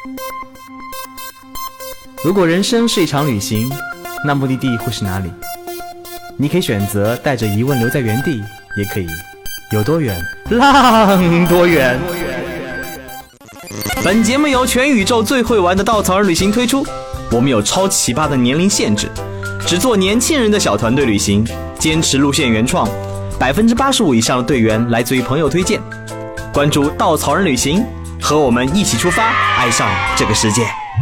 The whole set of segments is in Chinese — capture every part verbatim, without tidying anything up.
如果人生是一场旅行，那目的地会是哪里？你可以选择带着疑问留在原地，也可以有多远浪多远。本节目由全宇宙最会玩的稻草人旅行推出，我们有超奇葩的年龄限制，只做年轻人的小团队旅行，坚持路线原创，百分之八十五以上的队员来自于朋友推荐。关注稻草人旅行，和我们一起出发，爱上这个世界。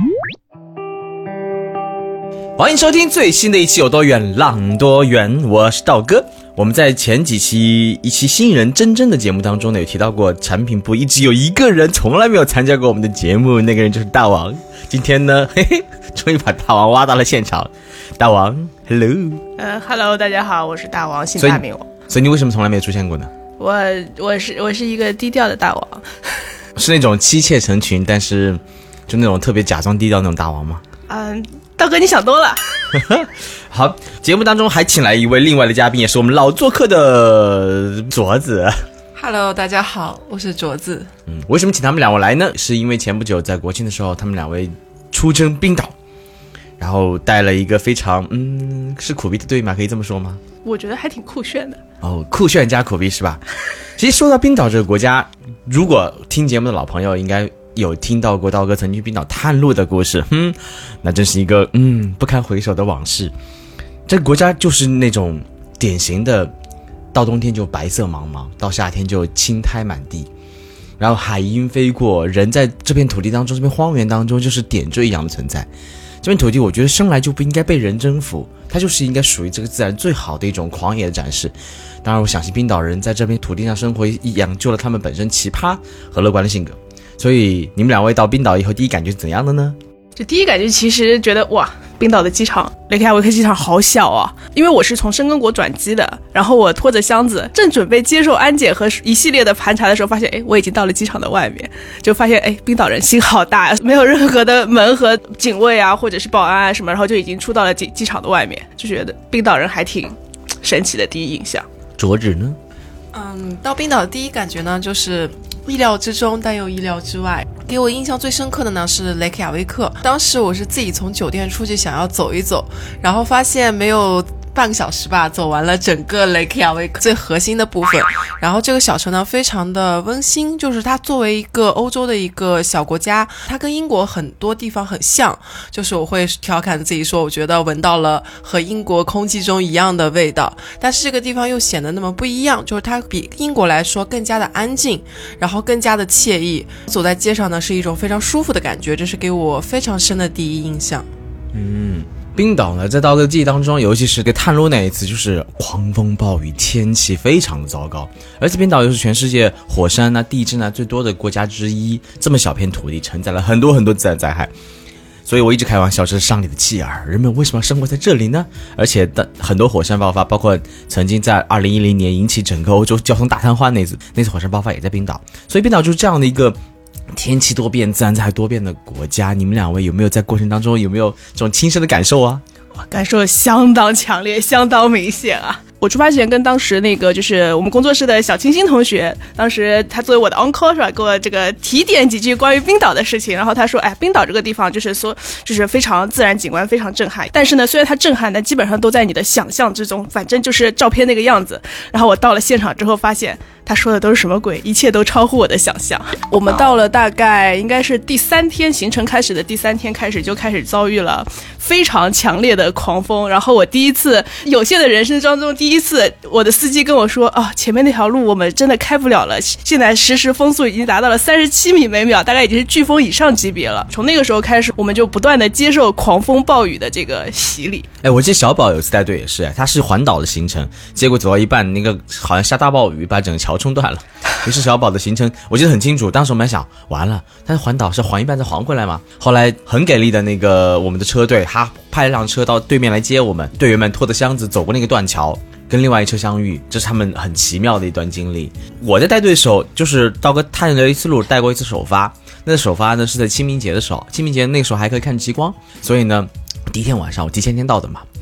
欢迎收听最新的一期有多远浪多远，我是道哥。我们在前几期一期新人真真的节目当中呢，有提到过产品部一直有一个人从来没有参加过我们的节目，那个人就是大王。今天呢，嘿嘿，终于把大王挖到了现场。大王 ，hello， 呃 ，hello， 大家好，我是大王，姓大名。 所以你为什么从来没有出现过呢？ 我我是我是一个低调的大王， 是那种妻妾成群，但是就那种特别假装低调那种大王吗？ 嗯，道哥你想多了。 好，节目当中还请来一位另外的嘉宾，也是我们老做客的镯子。 Hello， 大家好，我是镯子。 嗯，为什么请他们两位来呢？是因为前不久在国庆的时候，他们两位出征冰岛，然后带了一个非常嗯是苦逼的队吗？可以这么说吗？ 我觉得还挺酷炫的。 哦，酷炫加苦逼是吧？其实说到冰岛这个国家，如果听节目的老朋友应该有听到过道哥曾经去冰岛探路的故事，嗯，那真是一个嗯不堪回首的往事。这个国家就是那种典型的，到冬天就白色茫茫，到夏天就青苔满地，然后海鹰飞过，人在这片土地当中，这片荒原当中就是点缀一样的存在。这片土地我觉得生来就不应该被人征服，它就是应该属于这个自然最好的一种狂野的展示。当然我相信冰岛人在这片土地上生活，养就了他们本身奇葩和乐观的性格。所以你们两位到冰岛以后第一感觉是怎样的呢？ 就第一感觉其实觉得哇，冰岛的机场雷克雅维克机场好小啊，因为我是从申根国转机的，然后我拖着箱子正准备接受安检和一系列的盘查的时候，发现哎，我已经到了机场的外面，就发现哎，冰岛人心好大，没有任何的门和警卫啊或者是保安啊什么，然后就已经出到了机机场的外面，就觉得冰岛人还挺神奇的第一印象。 镯子呢？ 嗯，到冰岛的第一感觉呢，就是意料之中但又意料之外。给我印象最深刻的呢是雷克雅维克，当时我是自己从酒店出去想要走一走，然后发现没有半个小时吧，走完了整个雷克雅维克最核心的部分。然后这个小城呢非常的温馨，就是它作为一个欧洲的一个小国家，它跟英国很多地方很像，就是我会调侃自己说我觉得闻到了和英国空气中一样的味道，但是这个地方又显得那么不一样，就是它比英国来说更加的安静，然后更加的惬意，走在街上呢是一种非常舒服的感觉，这是给我非常深的第一印象。 嗯，冰岛呢，在道哥记忆当中，尤其是给探路那一次，就是狂风暴雨，天气非常的糟糕。而且冰岛又是全世界火山啊、地震啊最多的国家之一，这么小片土地承载了很多很多自然灾害。所以我一直开玩笑，这是上帝的弃儿，人们为什么要生活在这里呢？而且的很多火山爆发，包括曾经在二零一零年引起整个欧洲交通大瘫痪那次，那次火山爆发也在冰岛。所以冰岛就是这样的一个天气多变、自然灾害多变的国家。你们两位有没有在过程当中有没有这种亲身的感受啊？ 感受相当强烈，相当明显啊！我出发前跟当时那个就是我们工作室的小清新同学，当时他作为我的 uncle 是吧，给我这个提点几句关于冰岛的事情。然后他说，哎，冰岛这个地方就是说，就是非常自然景观非常震撼，但是呢，虽然它震撼，但基本上都在你的想象之中，反正就是照片那个样子。然后我到了现场之后发现，他说的都是什么鬼，一切都超乎我的想象。我们到了大概应该是第三天，行程开始的第三天开始就开始遭遇了非常强烈的狂风。然后我第一次有限的人生当中第一次，我的司机跟我说啊，前面那条路我们真的开不了了，现在实时风速已经达到了三十七米每秒，大概已经是飓风以上级别了。从那个时候开始，我们就不断的接受狂风暴雨的这个洗礼。 哎，我记得小宝有次带队也是，他是环岛的行程，结果走到一半，那个好像下大暴雨，把整个桥冲断了。于是小宝的行程我记得很清楚，当时我们还想完了，但是环岛是环一半再环回来嘛。后来很给力的那个我们的车队，他派了辆车到对面来接我们，队员们拖着箱子走过那个断桥，跟另外一车相遇，这是他们很奇妙的一段经历。我在带队的时候，就是道哥探了一次路，带过一次首发。那个首发呢是在清明节的时候，清明节那个时候还可以看极光，所以呢第一天晚上我提前天到的嘛，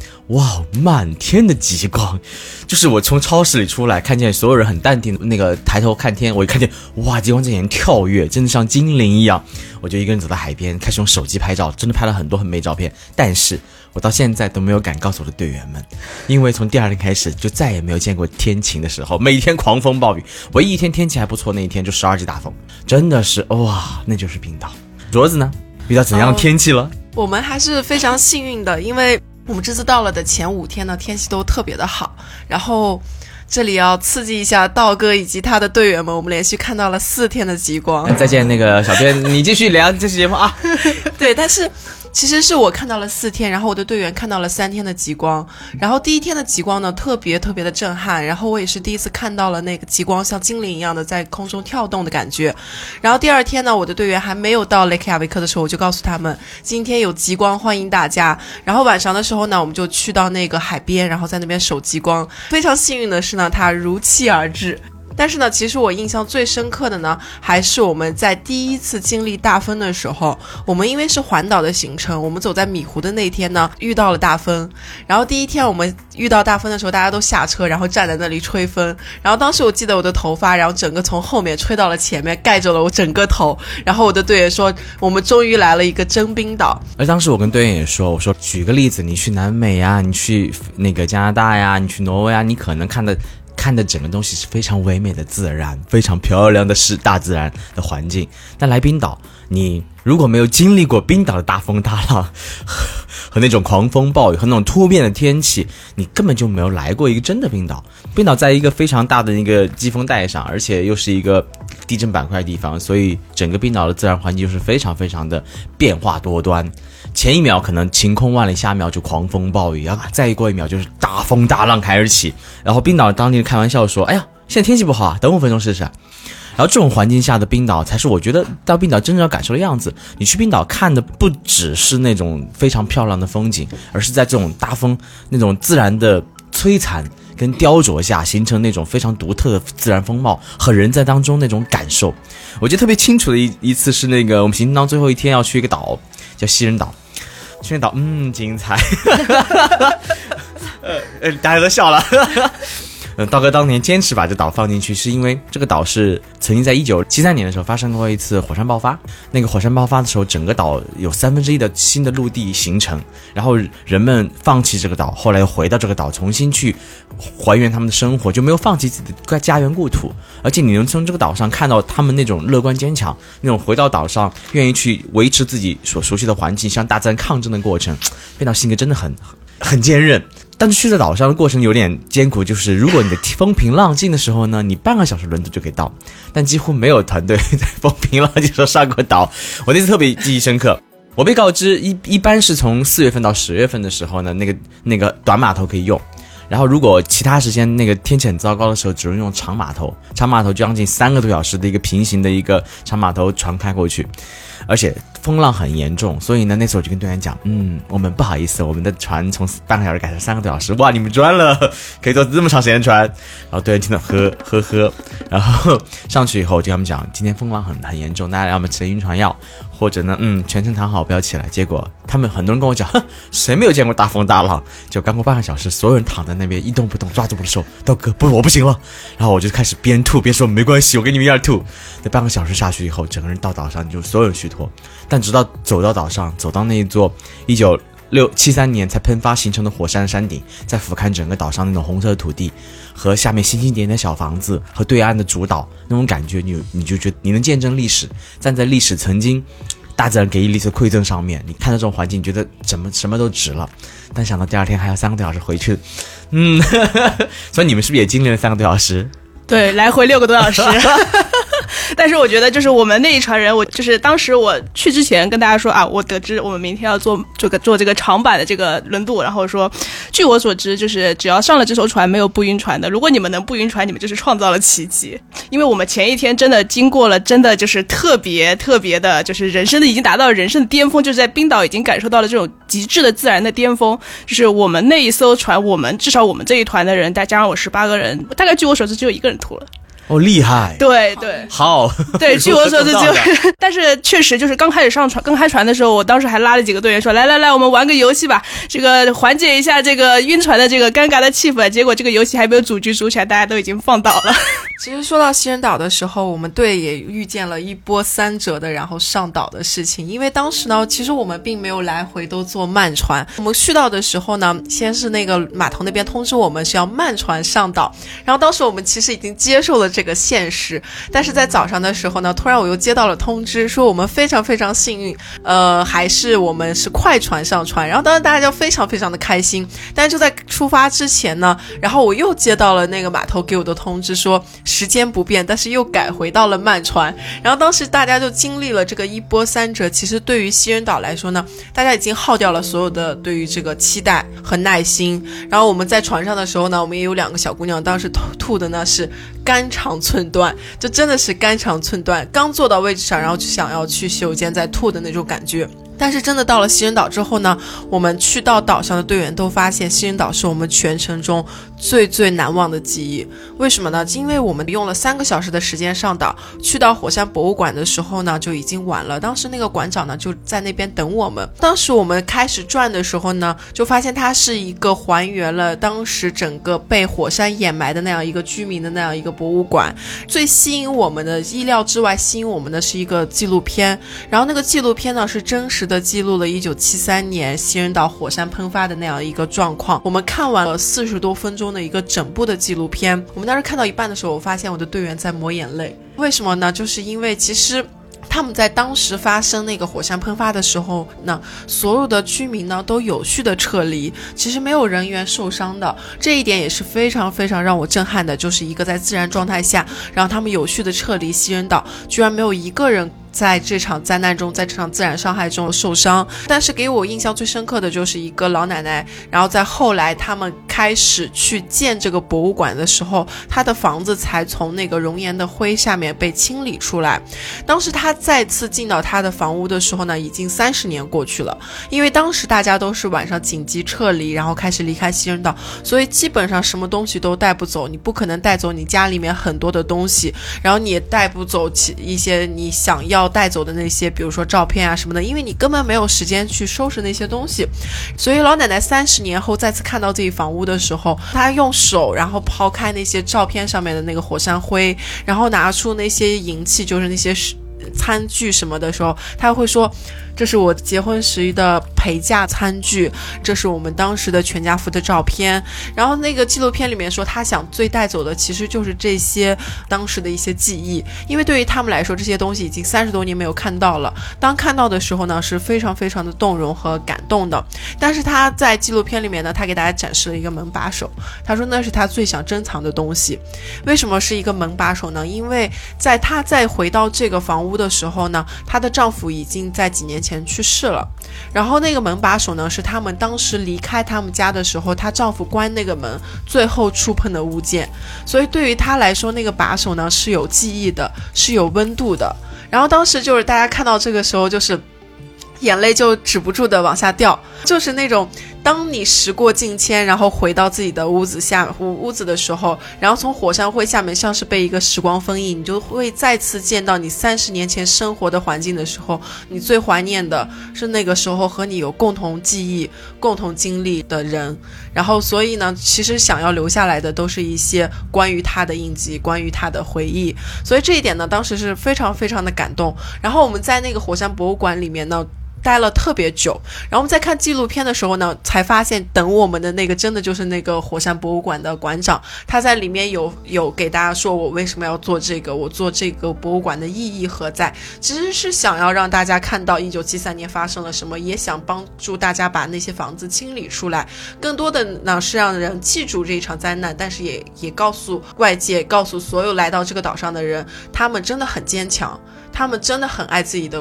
哇，满天的极光，就是我从超市里出来，看见所有人很淡定，那个抬头看天，我一看见，哇，极光在眼前跳跃，真的像精灵一样。我就一个人走到海边，开始用手机拍照，真的拍了很多很美照片。但是我到现在都没有敢告诉我的队员们，因为从第二天开始就再也没有见过天晴的时候，每天狂风暴雨。唯一一天天气还不错，那一天就十二级大风，真的是哇，那就是冰岛。镯子呢，遇到怎样的天气了？哦， 我们还是非常幸运的，因为我们这次到了的前五天呢，天气都特别的好。然后这里要刺激一下道哥以及他的队员们，我们连续看到了四天的极光。 再见，那个小编，你继续聊这期节目啊。 对，但是其实是我看到了四天，然后我的队员看到了三天的极光。然后第一天的极光呢，特别特别的震撼，然后我也是第一次看到了那个极光像精灵一样的在空中跳动的感觉。然后第二天呢，我的队员还没有到雷克雅维克的时候，我就告诉他们今天有极光，欢迎大家。然后晚上的时候呢，我们就去到那个海边，然后在那边守极光。非常幸运的是呢，它如期而至。但是呢，其实我印象最深刻的呢，还是我们在第一次经历大风的时候，我们因为是环岛的行程，我们走在米湖的那天呢，遇到了大风。然后第一天我们遇到大风的时候，大家都下车，然后站在那里吹风。然后当时我记得我的头发，然后整个从后面吹到了前面，盖着了我整个头。然后我的队员说，我们终于来了一个真冰岛。 而当时我跟队员也说，我说举个例子，你去南美呀，你去那个加拿大呀，你去挪威啊，你可能看的看的整个东西是非常唯美的自然，非常漂亮的是大自然的环境。但来冰岛，你如果没有经历过冰岛的大风大浪和和那种狂风暴雨和那种突变的天气，你根本就没有来过一个真的冰岛。冰岛在一个非常大的一个季风带上，而且又是一个地震板块的地方，所以整个冰岛的自然环境就是非常非常的变化多端。前一秒可能晴空万里，下一秒就狂风暴雨，然后再过一秒就是大风大浪开而起。然后冰岛当地人开玩笑说，哎呀，现在天气不好啊，等五分钟试试。然后这种环境下的冰岛才是我觉得到冰岛真正要感受的样子。你去冰岛看的不只是那种非常漂亮的风景，而是在这种大风那种自然的摧残跟雕琢下形成那种非常独特的自然风貌和人在当中那种感受。我记得特别清楚的一一次是那个我们行程当最后一天要去一个岛叫西人岛。西人岛嗯精彩呃大家都笑了嗯，道哥当年坚持把这岛放进去，是因为这个岛是曾经在一九七三年的时候发生过一次火山爆发。那个火山爆发的时候，整个岛有三分之一的新的陆地形成，然后人们放弃这个岛，后来又回到这个岛，重新去还原他们的生活，就没有放弃自己的家园故土。而且你能从这个岛上看到他们那种乐观坚强，那种回到岛上愿意去维持自己所熟悉的环境，向大自然抗争的过程。冰岛性格真的很很坚韧。但是去在岛上的过程有点艰苦，就是如果你的风平浪静的时候呢，你半个小时轮渡就可以到，但几乎没有团队在风平浪静的时候上过岛。我那次特别记忆深刻，我被告知一一般是从四月份到十月份的时候呢，那个那个短码头可以用，然后如果其他时间那个天气很糟糕的时候，只能用长码头。长码头将近三个多小时的一个平行的一个长码头船开过去，而且风浪很严重，所以呢那次我就跟队员讲，嗯，我们不好意思，我们的船从半个小时改成三个多小时。哇，你们赚了，可以坐这么长时间船。然后队员听到呵呵呵，然后上去以后就跟他们讲，今天风浪很很严重，大家要么吃晕船药，或者呢嗯全程躺好不要起来。结果他们很多人跟我讲，哼，谁没有见过大风大浪？就刚过半个小时，所有人躺在那边一动不动，抓住我的手，道哥不我不行了。然后我就开始边吐边说没关系，我跟你们一样吐。那半个小时下去以后，整个人到岛上就所有人虚脱。但直到走到岛上，走到那一座一九七三年才喷发形成的火山山顶，再俯瞰整个岛上那种红色的土地和下面星星点点的小房子和对岸的主岛，那种感觉你你就觉得你能见证历史，站在历史曾经大自然给予历史馈赠上面，你看到这种环境，你觉得怎么什么都值了。但想到第二天还有三个多小时回去，嗯，所以你们是不是也经历了三个多小时？ 对，来回六个多小时。但是我觉得就是我们那一船人，我就是当时我去之前跟大家说啊，我得知我们明天要做这个做这个长板的这个轮渡，然后说据我所知，就是只要上了这艘船没有不晕船的，如果你们能不晕船，你们就是创造了奇迹。因为我们前一天真的经过了真的就是特别特别的，就是人生的已经达到了人生的巅峰，就是在冰岛已经感受到了这种极致的自然的巅峰。就是我们那一艘船，我们至少我们这一团的人，再加上我十八个人，大概据我所知只有一个人吐了。 哦，厉害， 对对， 好， 对，据我所知就，但是确实就是刚开始上船，刚开船的时候，我当时还拉了几个队员说，来来来，我们玩个游戏吧，这个缓解一下这个晕船的这个尴尬的气氛。结果这个游戏还没有组局组起来，大家都已经放倒了。 其实说到西人岛的时候，我们队也遇见了一波三折的然后上岛的事情。因为当时呢，其实我们并没有来回都坐慢船，我们去到的时候呢，先是那个码头那边通知我们是要慢船上岛，然后当时我们其实已经接受了这个现实，但是在早上的时候呢，突然我又接到了通知，说我们非常非常幸运，呃，还是我们是快船上船，然后当时大家就非常非常的开心。但是就在出发之前呢，然后我又接到了那个码头给我的通知，说时间不变，但是又改回到了慢船。然后当时大家就经历了这个一波三折，其实对于西人岛来说呢，大家已经耗掉了所有的对于这个期待和耐心。然后我们在船上的时候呢，我们也有两个小姑娘，当时吐的呢是肝肠寸断，就真的是肝肠寸断，刚坐到位置上，然后就想要去洗手间再吐的那种感觉。但是真的到了西人岛之后呢，我们去到岛上的队员都发现西人岛是我们全程中最最难忘的记忆。为什么呢？因为我们用了三个小时的时间上岛，去到火山博物馆的时候呢就已经晚了，当时那个馆长呢就在那边等我们。当时我们开始转的时候呢，就发现它是一个还原了当时整个被火山掩埋的那样一个居民的那样一个博物馆。最吸引我们的，意料之外吸引我们的是一个纪录片，然后那个纪录片呢是真实的记录了一九七三年西人岛火山喷发的那样一个状况。我们看完了四十多分钟的一个整部的纪录片，我们当时看到一半的时候，我发现我的队员在抹眼泪。为什么呢？就是因为其实他们在当时发生那个火山喷发的时候呢，所有的居民呢都有序的撤离，其实没有人员受伤的。这一点也是非常非常让我震撼的，就是一个在自然状态下，然后他们有序的撤离西人岛，居然没有一个人在这场灾难中，在这场自然伤害中受伤。但是给我印象最深刻的就是一个老奶奶，然后在后来他们开始去建这个博物馆的时候，她的房子才从那个熔岩的灰下面被清理出来。当时她再次进到她的房屋的时候呢，已经三十年过去了。因为当时大家都是晚上紧急撤离，然后开始离开西人岛，所以基本上什么东西都带不走，你不可能带走你家里面很多的东西，然后你也带不走一些你想要带走的那些比如说照片啊什么的，因为你根本没有时间去收拾那些东西。所以老奶奶三十年后再次看到自己房屋的时候，她用手然后抛开那些照片上面的那个火山灰，然后拿出那些银器，就是那些餐具什么的时候，她会说这是我结婚时的陪嫁餐具，这是我们当时的全家福的照片。然后那个纪录片里面说，他想最带走的其实就是这些当时的一些记忆，因为对于他们来说，这些东西已经三十多年没有看到了。当看到的时候呢，是非常非常的动容和感动的。但是他在纪录片里面呢，他给大家展示了一个门把手，他说那是他最想珍藏的东西。为什么是一个门把手呢？因为在他再回到这个房屋的时候呢，她的丈夫已经在几年前去世了。然后那个门把手呢，是他们当时离开他们家的时候，她丈夫关那个门最后触碰的物件。所以对于她来说，那个把手呢是有记忆的，是有温度的。然后当时就是大家看到这个时候，就是眼泪就止不住的往下掉，就是那种当你时过境迁，然后回到自己的屋子下屋屋子的时候，然后从火山灰下面像是被一个时光封印，你就会再次见到你三十年前生活的环境的时候，你最怀念的是那个时候和你有共同记忆共同经历的人。然后所以呢，其实想要留下来的都是一些关于他的印记，关于他的回忆。所以这一点呢，当时是非常非常的感动。然后我们在那个火山博物馆里面呢待了特别久，然后我们在看纪录片的时候呢，才发现等我们的那个真的就是那个火山博物馆的馆长，他在里面有有给大家说我为什么要做这个，我做这个博物馆的意义何在，其实是想要让大家看到一九七三年发生了什么，也想帮助大家把那些房子清理出来，更多的呢是让人记住这一场灾难，但是也也告诉外界，告诉所有来到这个岛上的人，他们真的很坚强，他们真的很爱自己的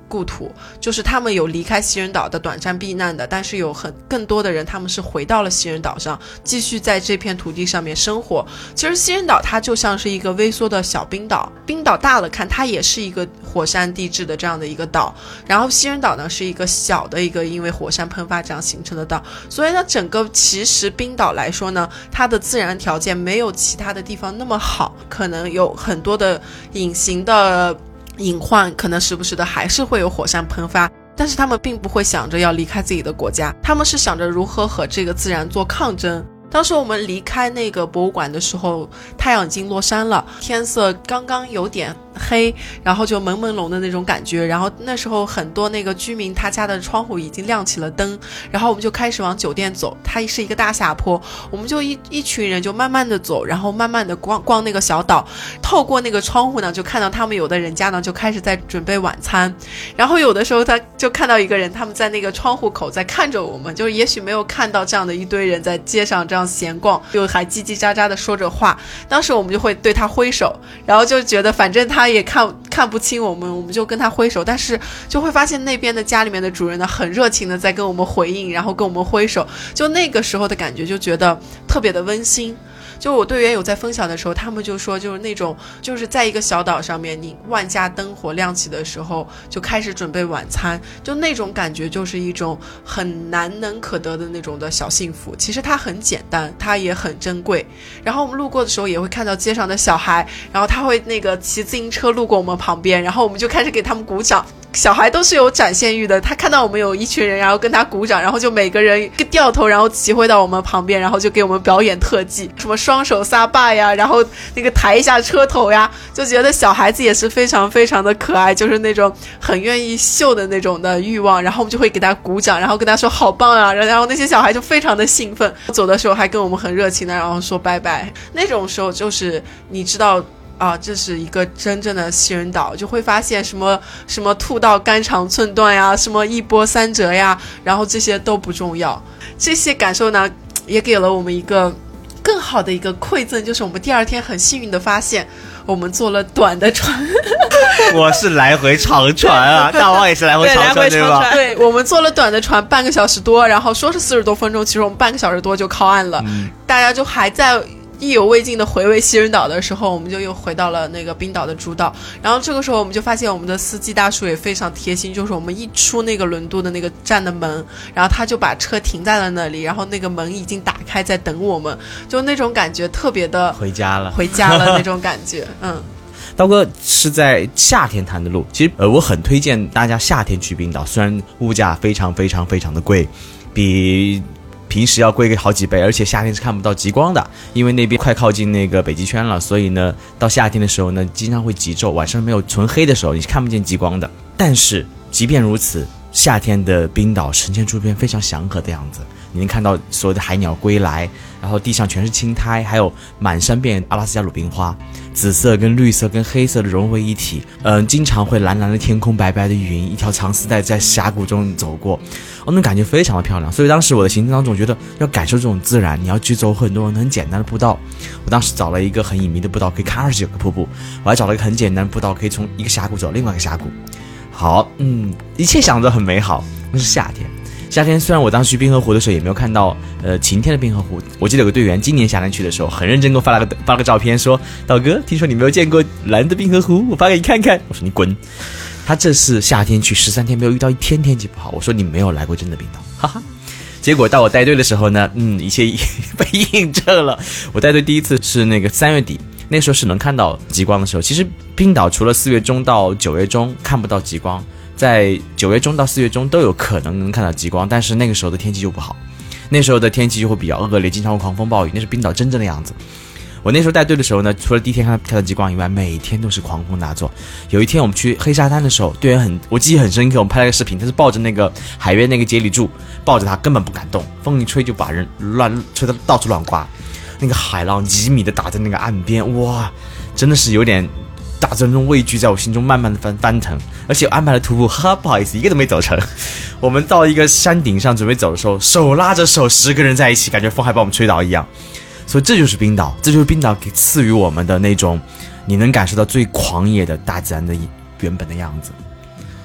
故土，就是他们有离开西人岛的短暂避难的，但是有很更多的人他们是回到了西人岛上，继续在这片土地上面生活。其实西人岛它就像是一个微缩的小冰岛，冰岛大了看它也是一个火山地质的这样的一个岛，然后西人岛呢是一个小的一个因为火山喷发这样形成的岛，所以呢整个其实冰岛来说呢，它的自然条件没有其他的地方那么好，可能有很多的隐形的隐患，可能时不时的还是会有火山喷发，但是他们并不会想着要离开自己的国家，他们是想着如何和这个自然做抗争。当时我们离开那个博物馆的时候，太阳已经落山了，天色刚刚有点黑，然后就朦朦胧的那种感觉，然后那时候很多那个居民他家的窗户已经亮起了灯，然后我们就开始往酒店走，它是一个大下坡，我们就一一群人就慢慢的走，然后慢慢的逛逛那个小岛，透过那个窗户呢就看到他们有的人家呢就开始在准备晚餐，然后有的时候他就看到一个人他们在那个窗户口在看着我们，就是也许没有看到这样的一堆人在街上这样闲逛，就还叽叽喳喳的说着话，当时我们就会对他挥手，然后就觉得反正他也看看不清我们，我们就跟他挥手，但是就会发现那边的家里面的主人呢很热情的在跟我们回应，然后跟我们挥手，就那个时候的感觉就觉得特别的温馨。就我队员有在分享的时候，他们就说就是那种就是在一个小岛上面，你万家灯火亮起的时候就开始准备晚餐，就那种感觉就是一种很难能可得的那种的小幸福。其实它很简单，它也很珍贵。然后我们路过的时候也会看到街上的小孩，然后他会那个骑自行车路过我们旁边，然后我们就开始给他们鼓掌。小孩都是有展现欲的，他看到我们有一群人然后跟他鼓掌，然后就每个人掉头然后骑回到我们旁边，然后就给我们表演特技，什么双手撒把呀，然后那个抬一下车头呀，就觉得小孩子也是非常非常的可爱，就是那种很愿意秀的那种的欲望，然后我们就会给他鼓掌，然后跟他说好棒啊，然后那些小孩就非常的兴奋，走的时候还跟我们很热情的然后说拜拜。那种时候就是你知道啊，这是一个真正的西人岛，就会发现什么什么兔到肝肠寸断呀，什么一波三折呀，然后这些都不重要。这些感受呢，也给了我们一个更好的一个馈赠，就是我们第二天很幸运的发现，我们坐了短的船。 我是来回长船啊，大王也是来回长船对吧？ 对，我们坐了短的船半个小时多，然后说是四十多分钟，其实我们半个小时多就靠岸了。嗯、大家就还在意犹未尽的回味西人岛的时候，我们就又回到了那个冰岛的主岛，然后这个时候我们就发现我们的司机大叔也非常贴心，就是我们一出那个轮渡的那个站的门，然后他就把车停在了那里，然后那个门已经打开在等我们，就那种感觉特别的回家了回家了那种感觉。嗯， 刀哥是在夏天谈的路，其实呃我很推荐大家夏天去冰岛，虽然物价非常非常非常的贵，比平时要贵个好几倍，而且夏天是看不到极光的，因为那边快靠近那个北极圈了，所以呢到夏天的时候呢经常会极昼，晚上没有纯黑的时候你是看不见极光的。但是即便如此，夏天的冰岛呈现出一片非常祥和的样子，你能看到所有的海鸟归来，然后地上全是青苔，还有满山遍阿拉斯加鲁冰花，紫色跟绿色跟黑色的融为一体。嗯、呃，经常会蓝蓝的天空，白白的云，一条长丝带在峡谷中走过，哦，那种感觉非常的漂亮。所以当时我的行程当中，我觉得要感受这种自然，你要去走很多很简单的步道。我当时找了一个很隐秘的步道，可以看二十九个瀑布，我还找了一个很简单的步道，可以从一个峡谷走另外一个峡谷。好，嗯，一切想着很美好。那是夏天。夏天虽然我当时去冰河湖的时候也没有看到呃晴天的冰河湖，我记得有个队员今年夏天去的时候很认真给我发了个发了个照片，说道哥听说你没有见过蓝的冰河湖，我发给你看看。我说你滚，他这是夏天去十三天没有遇到一天天气不好。我说你没有来过真的冰岛，哈哈。结果到我带队的时候呢，嗯，一切被印证了。我带队第一次是那个三月底，那时候是能看到极光的时候。其实冰岛除了四月中到九月中看不到极光，在九月中到四月中都有可能能看到极光，但是那个时候的天气就不好，那时候的天气就会比较恶劣，经常会狂风暴雨，那是冰岛真正的样子。我那时候带队的时候呢，除了第一天看到看到极光以外，每天都是狂风大作。有一天我们去黑沙滩的时候，队员很我记忆很深刻，我们拍了个视频，他是抱着那个海边那个接力柱，抱着他根本不敢动，风一吹就把人乱吹得到处乱刮，那个海浪几米的打在那个岸边，哇，真的是有点打着那种畏惧在我心中慢慢的翻翻腾。而且我安排了徒步，哈哈，不好意思一个都没走成。我们到一个山顶上准备走的时候，手拉着手十个人在一起，感觉风还把我们吹倒一样。所以这就是冰岛，这就是冰岛给赐予我们的那种你能感受到最狂野的大自然的原本的样子。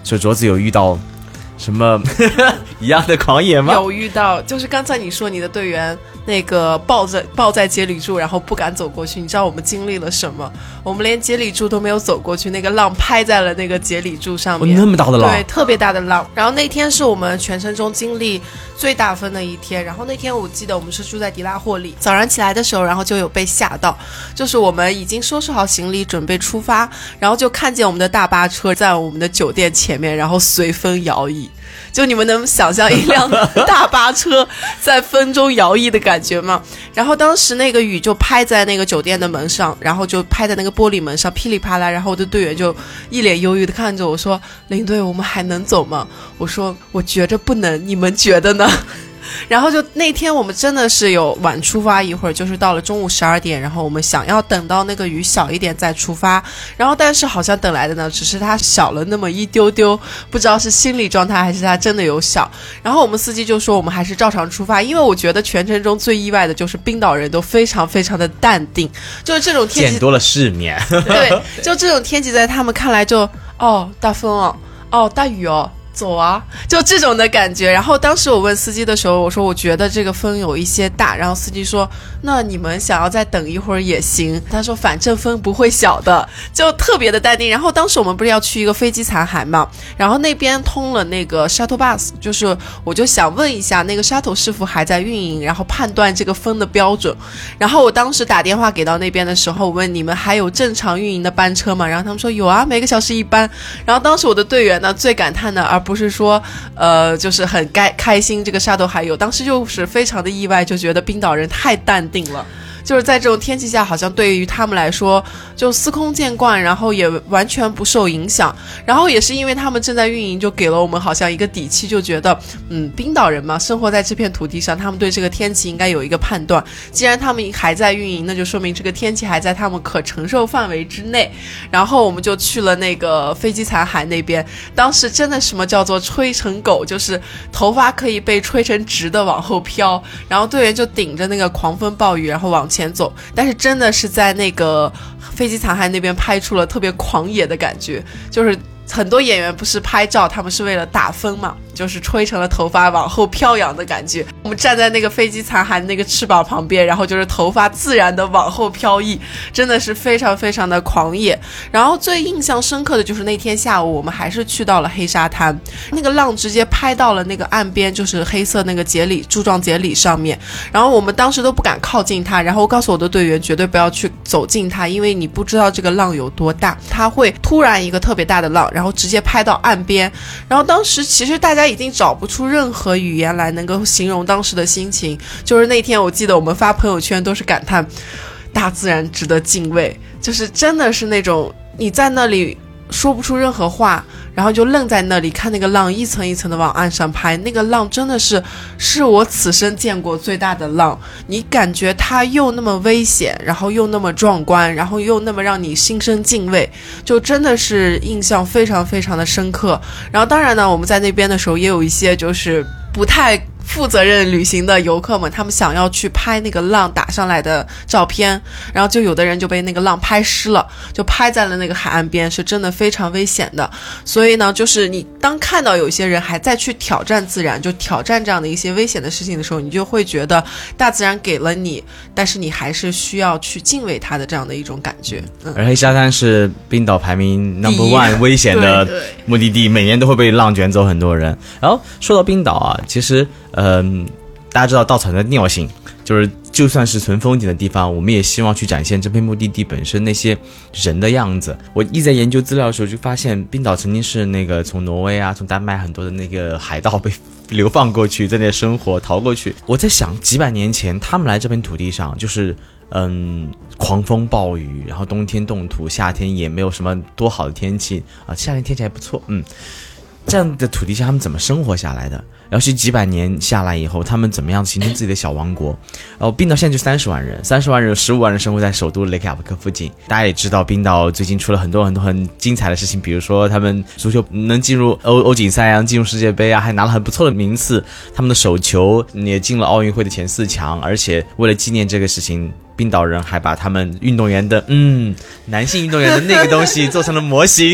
所以镯子有遇到什么一样的狂野吗？ 有遇到，就是刚才你说你的队员那个抱着抱在节理柱，然后不敢走过去，你知道我们经历了什么？我们连节理柱都没有走过去，那个浪拍在了那个节理柱上面， 哦，那么大的浪， 对，特别大的浪。然后那天是我们全程中经历最大风的一天，然后那天我记得我们是住在迪拉霍里，早上起来的时候，然后就有被吓到，就是我们已经收拾好行李准备出发，然后就看见我们的大巴车在我们的酒店前面，然后随风摇曳。就你们能想象一辆大巴车在风中摇曳的感觉吗？然后当时那个雨就拍在那个酒店的门上，然后就拍在那个玻璃门上，噼里啪啦。然后我的队员就一脸忧郁的看着我说：“领队，我们还能走吗？”我说：“我觉着不能，你们觉得呢？”然后就那天我们真的是有晚出发一会儿，就是到了中午十二点，然后我们想要等到那个雨小一点再出发，然后但是好像等来的呢只是它小了那么一丢丢，不知道是心理状态还是它真的有小。然后我们司机就说我们还是照常出发，因为我觉得全程中最意外的就是冰岛人都非常非常的淡定，就是这种天气见多了世面， 对，就这种天气在他们看来就哦大风哦，哦大雨哦，走啊，就这种的感觉。然后当时我问司机的时候，我说我觉得这个风有一些大，然后司机说那你们想要再等一会儿也行，他说反正风不会小的，就特别的淡定。然后当时我们不是要去一个飞机残骸嘛，然后那边通了那个 shuttle bus， 就是我就想问一下那个 shuttle 是否还在运营，然后判断这个风的标准。然后我当时打电话给到那边的时候，我问你们还有正常运营的班车吗？然后他们说有啊，每个小时一班。然后当时我的队员呢最感叹的而不是说呃就是很该开心这个shuttle还有，当时就是非常的意外，就觉得冰岛人太淡定了，就是在这种天气下好像对于他们来说就司空见惯，然后也完全不受影响。然后也是因为他们正在运营，就给了我们好像一个底气，就觉得嗯，冰岛人嘛，生活在这片土地上，他们对这个天气应该有一个判断，既然他们还在运营，那就说明这个天气还在他们可承受范围之内。然后我们就去了那个飞机残骸那边，当时真的什么叫做吹成狗，就是头发可以被吹成直的往后飘，然后队员就顶着那个狂风暴雨然后往前走，但是真的是在那个飞机残骸那边拍出了特别狂野的感觉，就是很多演员不是拍照他们是为了打风嘛，就是吹成了头发往后飘扬的感觉。我们站在那个飞机残骸那个翅膀旁边，然后就是头发自然的往后飘逸，真的是非常非常的狂野。然后最印象深刻的就是那天下午我们还是去到了黑沙滩，那个浪直接拍到了那个岸边，就是黑色那个节理柱状节理上面，然后我们当时都不敢靠近它，然后我告诉我的队员绝对不要去走近它，因为你不知道这个浪有多大，它会突然一个特别大的浪然后直接拍到岸边。然后当时其实大家已经找不出任何语言来能够形容当时的心情，就是那天我记得我们发朋友圈都是感叹大自然值得敬畏，就是真的是那种你在那里说不出任何话，然后就愣在那里看那个浪一层一层的往岸上拍，那个浪真的是是我此生见过最大的浪，你感觉它又那么危险，然后又那么壮观，然后又那么让你心生敬畏，就真的是印象非常非常的深刻。然后当然呢我们在那边的时候也有一些就是不太负责任旅行的游客们，他们想要去拍那个浪打上来的照片，然后就有的人就被那个浪拍湿了，就拍在了那个海岸边，是真的非常危险的。所以呢就是你当看到有些人还在去挑战自然，就挑战这样的一些危险的事情的时候，你就会觉得大自然给了你，但是你还是需要去敬畏它的这样的一种感觉。嗯、 而黑沙滩是冰岛排名 number one 危险的对对目的地，每年都会被浪卷走很多人。然后说到冰岛啊，其实嗯，大家知道稻草人的尿性，就是就算是存风景的地方，我们也希望去展现这片目的地本身那些人的样子。我一直在研究资料的时候就发现，冰岛曾经是那个从挪威啊从丹麦很多的那个海盗被流放过去，在那生活逃过去。我在想几百年前他们来这片土地上就是嗯，狂风暴雨，然后冬天冻土，夏天也没有什么多好的天气啊，夏天天气还不错，嗯，这样的土地上他们怎么生活下来的？然后是几百年下来以后，他们怎么样形成自己的小王国？然后冰岛现在就三十万人，三十万人有十五万人生活在首都雷克雅未克附近。大家也知道，冰岛最近出了很多很多很精彩的事情，比如说他们足球能进入欧欧锦赛啊，进入世界杯啊，还拿了很不错的名次。他们的手球也进了奥运会的前四强，而且为了纪念这个事情，冰岛人还把他们运动员的嗯男性运动员的那个东西做成了模型。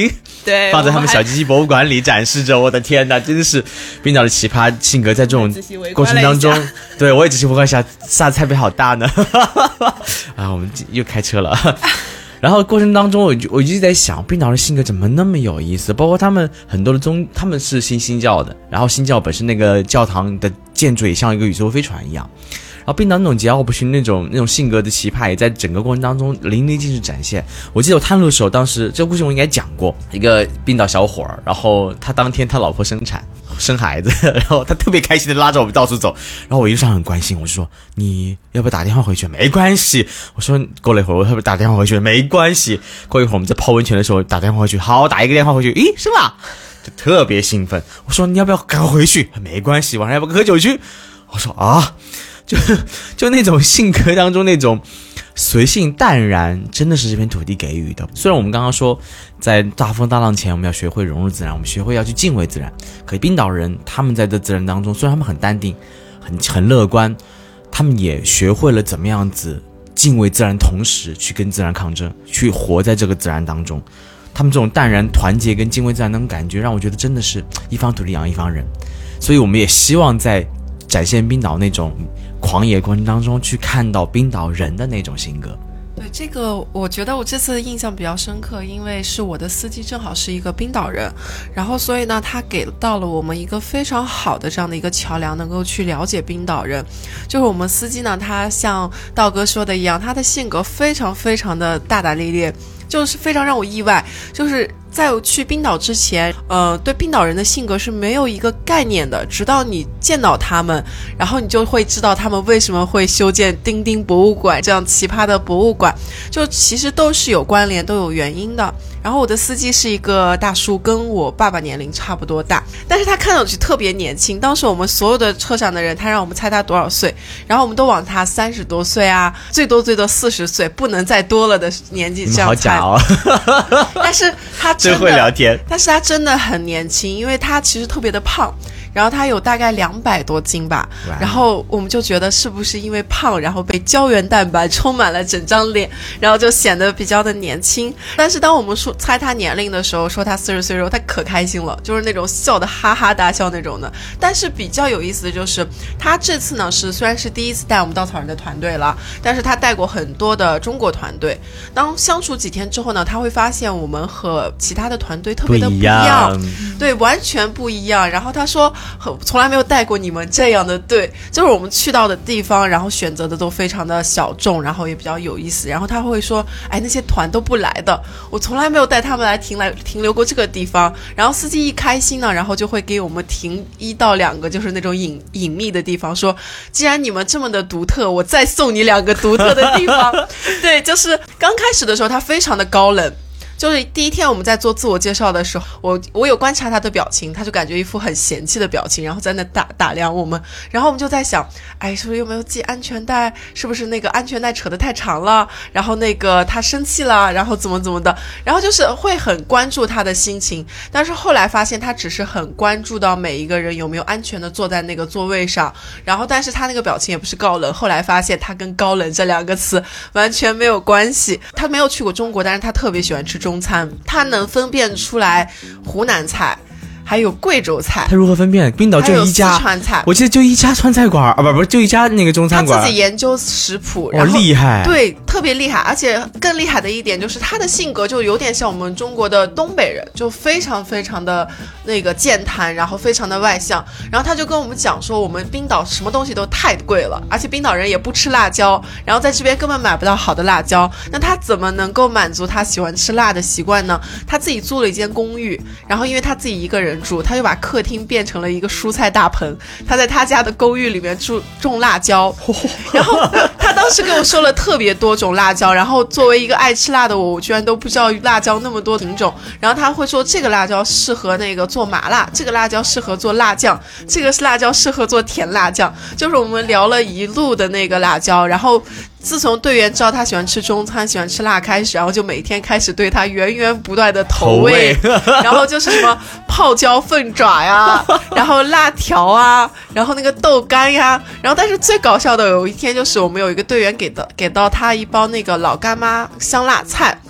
对， 放在他们小鸡鸡博物馆里展示着。我的天哪，真的是冰岛的奇葩性格，在这种过程当中，对我也仔细围观一下，下菜杯好大呢。啊，我们又开车了。然后过程当中我就我一直在想，冰岛的性格怎么那么有意思，包括他们很多的宗，他们是信新教的，然后新教本身那个教堂的建筑也像一个宇宙飞船一样，然后冰岛那种桀骜不驯那种那种性格的奇葩也在整个过程当中淋漓尽致展现。我记得我探路的时候，当时这个故事我应该讲过，一个冰岛小伙儿，然后他当天他老婆生产生孩子，然后他特别开心的拉着我们到处走，然后我一路上很关心，我就说你要不要打电话回去？没关系，我说过了一会儿我要不要打电话回去？没关系，过一会儿我们在泡温泉的时候打电话回去，好，打一个电话回去，咦，生了，就特别兴奋。我说你要不要赶快回去？没关系，晚上要不要喝酒去？我说啊，就就那种性格当中那种随性淡然，真的是这片土地给予的。虽然我们刚刚说在大风大浪前我们要学会融入自然，我们学会要去敬畏自然，可冰岛人他们在这自然当中，虽然他们很淡定很很乐观，他们也学会了怎么样子敬畏自然，同时去跟自然抗争，去活在这个自然当中。他们这种淡然团结跟敬畏自然那种感觉，让我觉得真的是一方土地养一方人。所以我们也希望在展现冰岛那种狂野过程当中去看到冰岛人的那种性格。 对，这个我觉得我这次印象比较深刻，因为是我的司机正好是一个冰岛人，然后所以呢他给到了我们一个非常好的这样的一个桥梁，能够去了解冰岛人。就是我们司机呢，他像道哥说的一样，他的性格非常非常的大大咧咧，就是非常让我意外，就是在我去冰岛之前，呃，对冰岛人的性格是没有一个概念的，直到你见到他们，然后你就会知道他们为什么会修建丁丁博物馆这样奇葩的博物馆，就其实都是有关联，都有原因的。然后我的司机是一个大叔，跟我爸爸年龄差不多大，但是他看上去特别年轻。当时我们所有的车上的人，他让我们猜他多少岁，然后我们都往他三十多岁啊，最多最多四十岁，不能再多了的年纪这样猜。 你们好假哦！ 但是他真的真会聊天， 但是他真的很年轻，因为他其实特别的胖。然后他有大概两百多斤吧，然后我们就觉得是不是因为胖，然后被胶原蛋白充满了整张脸，然后就显得比较的年轻。但是当我们说猜他年龄的时候，说他四十岁的时候，他可开心了，就是那种笑得哈哈大笑那种的。但是比较有意思的就是，他这次呢是虽然是第一次带我们稻草人的团队了，但是他带过很多的中国团队。当相处几天之后呢，他会发现我们和其他的团队特别的不一样， 不一样对，完全不一样。然后他说从来没有带过你们这样的队，就是我们去到的地方，然后选择的都非常的小众，然后也比较有意思。然后他会说，哎，那些团都不来的，我从来没有带他们来停来停留过这个地方。然后司机一开心呢，然后就会给我们停一到两个就是那种隐隐秘的地方，说既然你们这么的独特，我再送你两个独特的地方。对，就是刚开始的时候他非常的高冷，就是第一天我们在做自我介绍的时候，我我有观察他的表情，他就感觉一副很嫌弃的表情，然后在那打打量我们，然后我们就在想，哎，是不是有没有系安全带？是不是那个安全带扯得太长了？然后那个他生气了，然后怎么怎么的？然后就是会很关注他的心情，但是后来发现他只是很关注到每一个人有没有安全的坐在那个座位上，然后但是他那个表情也不是高冷，后来发现他跟高冷这两个词完全没有关系。他没有去过中国，但是他特别喜欢吃中餐，他能分辨出来湖南菜还有贵州菜。 他如何分辨？冰岛就一家， 川菜， 我记得就一家川菜馆啊，不不，就一家那个中餐馆。 他自己研究食谱， 哇，厉害！ 对，特别厉害。而且更厉害的一点就是他的性格就有点像我们中国的东北人，就非常非常的那个健谈，然后非常的外向。然后他就跟我们讲说，我们冰岛什么东西都太贵了，而且冰岛人也不吃辣椒，然后在这边根本买不到好的辣椒。那他怎么能够满足他喜欢吃辣的习惯呢？他自己租了一间公寓，然后因为他自己一个人住，他就把客厅变成了一个蔬菜大棚，他在他家的公寓里面种种辣椒，然后他当时给我说了特别多种辣椒，然后作为一个爱吃辣的我，我居然都不知道辣椒那么多品种。然后他会说这个辣椒适合那个做麻辣，这个辣椒适合做辣酱，这个是辣椒适合做甜辣酱，就是我们聊了一路的那个辣椒。然后自从队员知道他喜欢吃中餐喜欢吃辣开始，然后就每天开始对他源源不断的投喂，投喂然后就是什么泡椒凤爪呀，然后辣条啊，然后那个豆干呀，然后但是最搞笑的有一天就是我们有一个队员给的给到他一包那个老干妈香辣菜，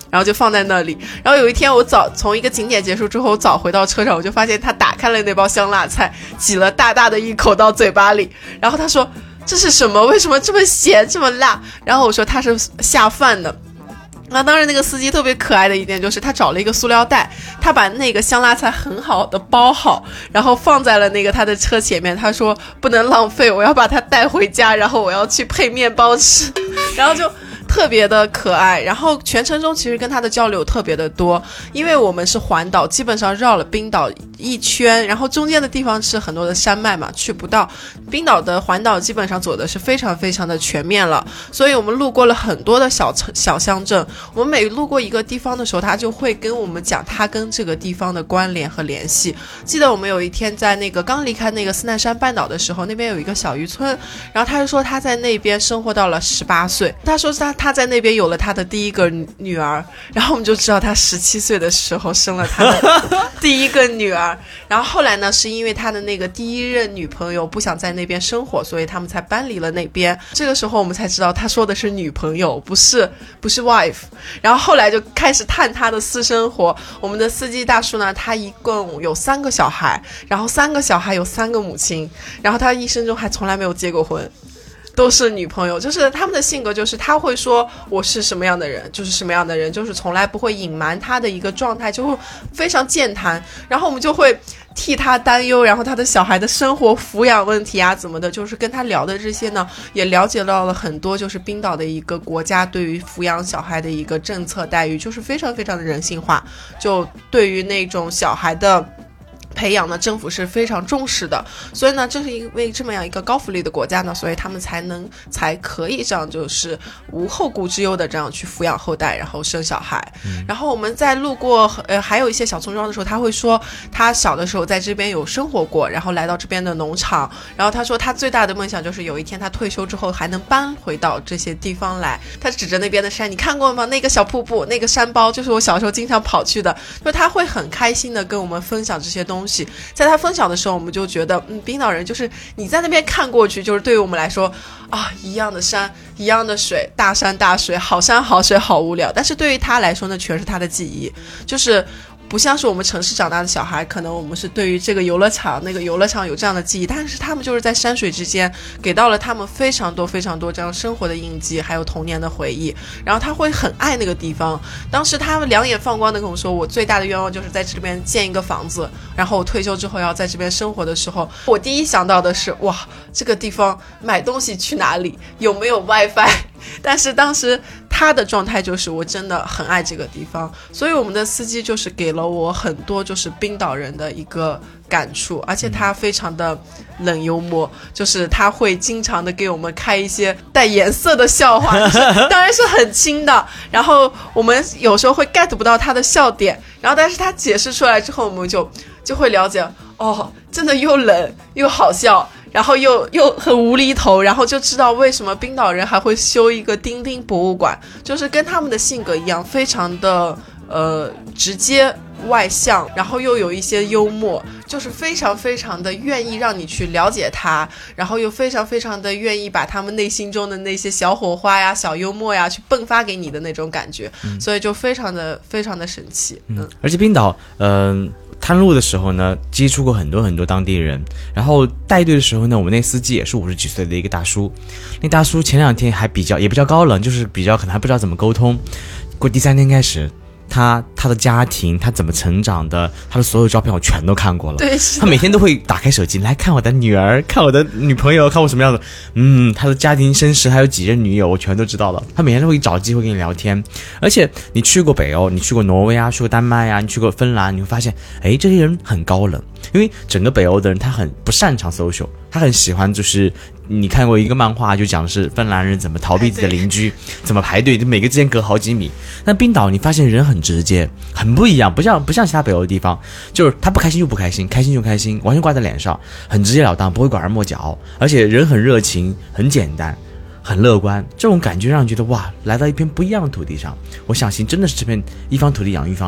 然后就放在那里。然后有一天我早从一个景点结束之后，我早回到车上，我就发现他打开了那包香辣菜，挤了大大的一口到嘴巴里，然后他说这是什么？为什么这么咸这么辣？然后我说它是下饭的。那当然那个司机特别可爱的一点就是他找了一个塑料袋，他把那个香辣菜很好的包好，然后放在了那个他的车前面，他说不能浪费，我要把它带回家，然后我要去配面包吃，然后就特别的可爱。然后全程中其实跟他的交流特别的多，因为我们是环岛，基本上绕了冰岛一圈，然后中间的地方是很多的山脉嘛，去不到。冰岛的环岛基本上走的是非常非常的全面了，所以我们路过了很多的小小乡镇。我们每路过一个地方的时候，他就会跟我们讲他跟这个地方的关联和联系。记得我们有一天在那个刚离开那个斯奈山半岛的时候，那边有一个小渔村，然后他就说他在那边生活到了十八岁，他说他他在那边有了他的第一个女儿，然后我们就知道他十七岁的时候生了他的第一个女儿。然后后来呢，是因为他的那个第一任女朋友不想在那边生活，所以他们才搬离了那边。这个时候我们才知道他说的是女朋友，不是不是 wife。然后后来就开始探他的私生活。我们的司机大叔呢，他一共有三个小孩，然后三个小孩有三个母亲，然后他一生中还从来没有结过婚，都是女朋友。就是他们的性格就是他会说我是什么样的人就是什么样的人，就是从来不会隐瞒他的一个状态，就会非常健谈。然后我们就会替他担忧，然后他的小孩的生活抚养问题啊怎么的，就是跟他聊的这些呢，也了解到了很多，就是冰岛的一个国家对于抚养小孩的一个政策待遇，就是非常非常的人性化，就对于那种小孩的培养呢，政府是非常重视的。所以呢，正是因为这么样一个高福利的国家呢，所以他们才能才可以这样就是无后顾之忧的这样去抚养后代，然后生小孩。嗯、然后我们在路过呃还有一些小村庄的时候，他会说他小的时候在这边有生活过，然后来到这边的农场，然后他说他最大的梦想就是有一天他退休之后还能搬回到这些地方来。他指着那边的山，你看过吗？那个小瀑布，那个山包，就是我小时候经常跑去的。就他会很开心的跟我们分享这些东西。在他分享的时候，我们就觉得嗯，冰岛人就是你在那边看过去，就是对于我们来说啊，一样的山一样的水，大山大水，好山好水，好无聊。但是对于他来说呢，全是他的记忆，就是不像是我们城市长大的小孩，可能我们是对于这个游乐场那个游乐场有这样的记忆，但是他们就是在山水之间给到了他们非常多非常多这样生活的印记，还有童年的回忆。然后他会很爱那个地方。当时他们两眼放光的跟我说，我最大的愿望就是在这边建一个房子，然后我退休之后要在这边生活的时候，我第一想到的是哇，这个地方买东西去哪里，有没有 WiFi。但是当时他的状态就是我真的很爱这个地方，所以我们的司机就是给了我很多就是冰岛人的一个感触，而且他非常的冷幽默，就是他会经常的给我们开一些带颜色的笑话，就是当然是很轻的，然后我们有时候会 get 不到他的笑点，然后但是他解释出来之后，我们就就会了解，哦，真的又冷又好笑，然后又又很无厘头，然后就知道为什么冰岛人还会修一个丁丁博物馆，就是跟他们的性格一样，非常的呃直接外向，然后又有一些幽默，就是非常非常的愿意让你去了解他，然后又非常非常的愿意把他们内心中的那些小火花呀、小幽默呀去迸发给你的那种感觉，嗯、所以就非常的非常的神奇。嗯， 嗯而且冰岛，嗯、呃。探路的时候呢，接触过很多很多当地人，然后带队的时候呢，我们那司机也是五十几岁的一个大叔，那大叔前两天还比较也比较高冷，就是比较可能还不知道怎么沟通，过第三天开始，他他的家庭，他怎么成长的，他的所有照片我全都看过了。 对， 他每天都会打开手机来看我的女儿，看我的女朋友，看我什么样的，嗯，他的家庭身世还有几任女友我全都知道了。他每天都会找机会跟你聊天，而且你去过北欧，你去过挪威啊，去过丹麦啊，你去过芬兰，你会发现，哎，这些人很高冷，因为整个北欧的人他很不擅长 social， 他很喜欢就是。你看过一个漫画，就讲的是芬兰人怎么逃避自己的邻居，怎么排队，每个之间隔好几米。但冰岛你发现人很直接，很不一样，不像不像其他北欧的地方，就是他不开心就不开心，开心就开心，完全挂在脸上，很直截了当，不会拐弯抹角，而且人很热情，很简单，很乐观。这种感觉让人觉得哇，来到一片不一样的土地上，我相信真的是这片一方土地养一方人。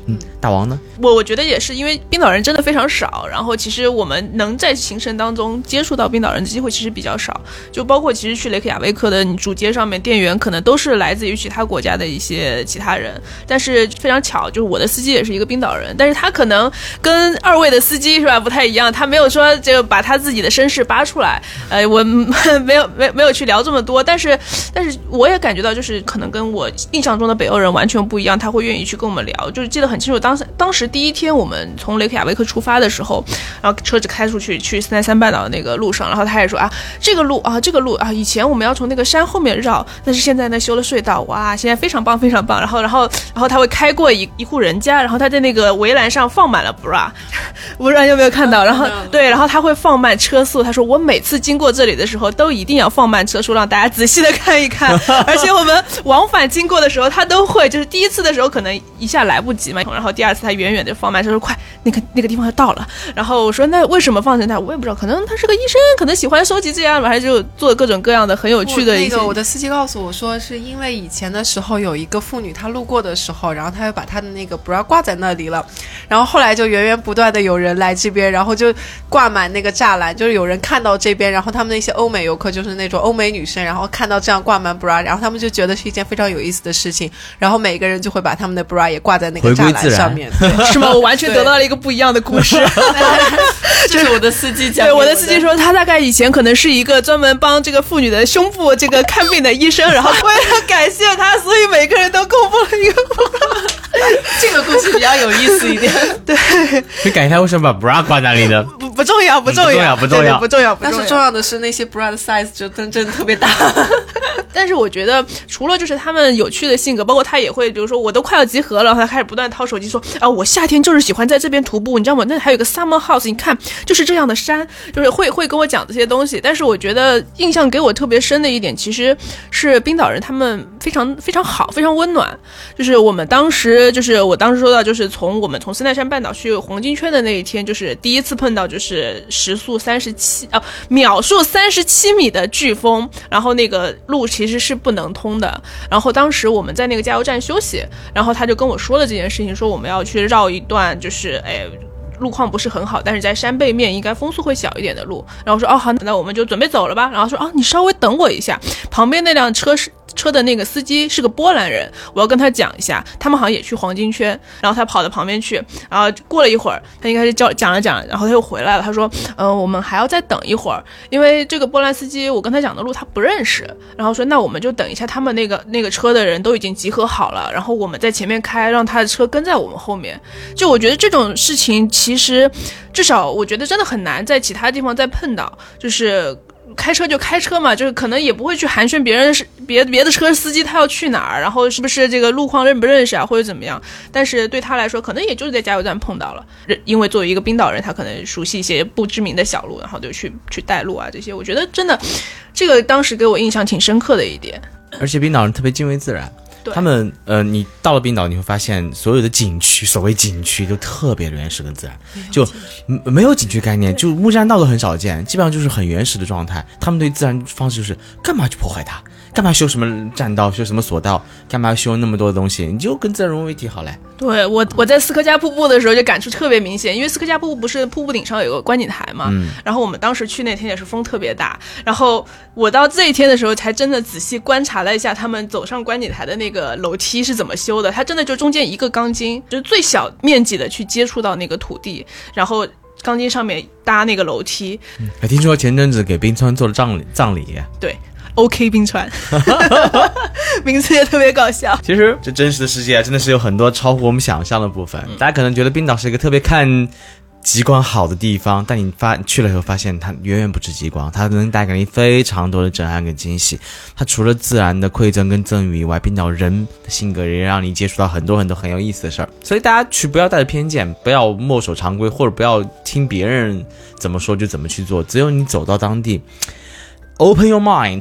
嗯，大王呢？ 我我觉得也是，因为冰岛人真的非常少，然后其实我们能在行程当中接触到冰岛人的机会其实比较少，就包括其实去雷克雅未克的主街上面，店员可能都是来自于其他国家的一些其他人，但是非常巧，就是我的司机也是一个冰岛人，但是他可能跟二位的司机是吧不太一样，他没有说这个把他自己的身世扒出来，呃，我没有没没有去聊这么多，但是但是我也感觉到就是可能跟我印象中的北欧人完全不一样，他会愿意去跟我们聊，就是记得很清楚，当时当时第一天我们从雷克雅未克出发的时候，然后车子开出去去斯奈山半岛的那个路上，然后他也说啊，这个路啊，这个路啊，以前我们要从那个山后面绕，但是现在呢修了隧道，哇，现在非常棒非常棒。然后然后然后他会开过一一户人家，然后他在那个围栏上放满了 bra， 我不知道你有没有看到，然后对，然后他会放慢车速，他说我每次经过这里的时候都一定要放慢车速，让大家仔细的看一看，而且我们往返经过的时候他都会，就是第一次的时候可能一下来不及嘛，然后第二次他远远的放慢车说快，那个那个地方要到了，然后我说那为什么放成他，我也不知道，可能他是个医生，可能喜欢收集这样，还是就做各种各样的很有趣的一些。 那个我的司机告诉我说，是因为以前的时候有一个妇女她路过的时候，然后她就把她的那个 bra 挂在那里了，然后后来就源源不断的有人来这边，然后就挂满那个栅栏，就是有人看到这边，然后他们那些欧美游客就是那种欧美女生，然后看到这样挂满 bra， 然后他们就觉得是一件非常有意思的事情，然后每个人就会把他们的 bra 也挂在那个栅栏上面， 是吗？我完全得到了一个不一样的故事。 这是我的司机讲， 对，我的司机说他大概以前可能是一个专门帮这个妇女的胸部这个看病的医生，然后为了感谢他，所以每个人都公布了一个这个故事比较有意思一点。 对， 可以感谢他为什么把 bra 挂那里呢？ 不不重要，不重要， 不重要， 不重要，不重要。 但是重要的是那些 bra 的 size 就真真的特别大。 但是我觉得除了就是他们有趣的性格，包括他也会比如说我都快要集合了，然后他开始不断掏手机说啊，我夏天就是喜欢在这边徒步，你知道吗？那还有个 summer house， 你看就是这样的山，就是会会跟我讲这些东西。但是我觉得印象给我特别深的一点，其实是冰岛人他们非常非常好，非常温暖。就是我们当时就是我当时说到，就是从我们从斯奈山半岛去黄金圈的那一天，就是第一次碰到就是时速三十七啊秒速三十七米的飓风，然后那个路其实是不能通的。然后当时我们在那个加油站休息，然后他就跟我说了这件事情，说我们要去绕一段就是哎路况不是很好，但是在山背面应该风速会小一点的路。然后说哦好，那我们就准备走了吧。然后说哦你稍微等我一下，旁边那辆车是车的那个司机是个波兰人，我要跟他讲一下，他们好像也去黄金圈。然后他跑到旁边去，然后过了一会儿，他应该是叫讲了讲，然后他又回来了。他说，嗯、呃，我们还要再等一会儿，因为这个波兰司机我跟他讲的路他不认识。然后说，那我们就等一下，他们那个那个车的人都已经集合好了，然后我们在前面开，让他的车跟在我们后面。就我觉得这种事情，其实至少我觉得真的很难在其他地方再碰到，就是。开车就开车嘛，就是可能也不会去寒暄别人是别别的车司机他要去哪儿，然后是不是这个路况认不认识啊，或者怎么样。但是对他来说，可能也就是在加油站碰到了，因为作为一个冰岛人，他可能熟悉一些不知名的小路，然后就去去带路啊这些。我觉得真的，这个当时给我印象挺深刻的一点。 而且冰岛人特别敬畏自然。他们呃，你到了冰岛，你会发现所有的景区，所谓景区都特别原始跟自然，就没有景区概念，就木栈道都很少见，基本上就是很原始的状态。他们对自然方式就是干嘛去破坏它，干嘛修什么栈道，修什么索道，干嘛修那么多的东西，你就跟自然融为一体好嘞。 对，我我在斯科加瀑布的时候就感触特别明显，因为斯科加瀑布不是瀑布顶上有个观景台嘛、嗯、然后我们当时去那天也是风特别大，然后我到这一天的时候才真的仔细观察了一下他们走上观景台的那个楼梯是怎么修的，它真的就中间一个钢筋，就是最小面积的去接触到那个土地，然后钢筋上面搭那个楼梯、 嗯、听说前阵子给冰川做了葬礼葬礼对OK 冰川名字也特别搞笑。 其实这真实的世界真的是有很多超乎我们想象的部分、嗯、大家可能觉得冰岛是一个特别看极光好的地方，但你发去了以后发现它远远不止极光，它能带给你非常多的震撼跟惊喜。它除了自然的馈赠跟赠予以外，冰岛人的性格也让你接触到很多很多很有意思的事儿。所以大家去不要带着偏见，不要墨守常规，或者不要听别人怎么说就怎么去做，只有你走到当地 open your mind，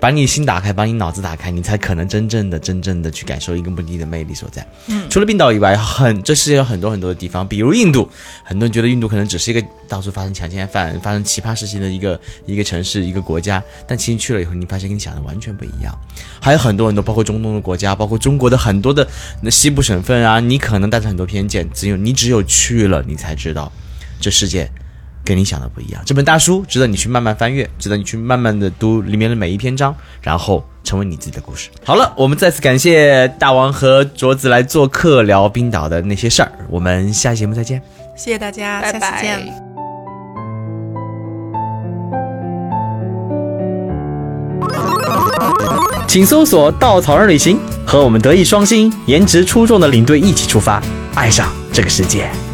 把你心打开，把你脑子打开，你才可能真正的真正的去感受一个目的地的魅力所在。嗯，除了冰岛以外，很这世界有很多很多的地方，比如印度，很多人觉得印度可能只是一个到处发生强奸犯、发生奇葩事情的一个一个城市、一个国家，但其实去了以后，你发现跟你想的完全不一样。还有很多很多，包括中东的国家，包括中国的很多的西部省份啊，你可能带着很多偏见，只有你只有去了，你才知道这世界跟你想的不一样。这本大书值得你去慢慢翻阅，值得你去慢慢的读里面的每一篇章，然后成为你自己的故事。好了，我们再次感谢大王和镯子来做客聊冰岛的那些事儿，我们下期节目再见。 谢谢大家， 拜拜， 下次见。 请搜索稻草人旅行，和我们德艺双馨、颜值出众的领队一起出发，爱上这个世界。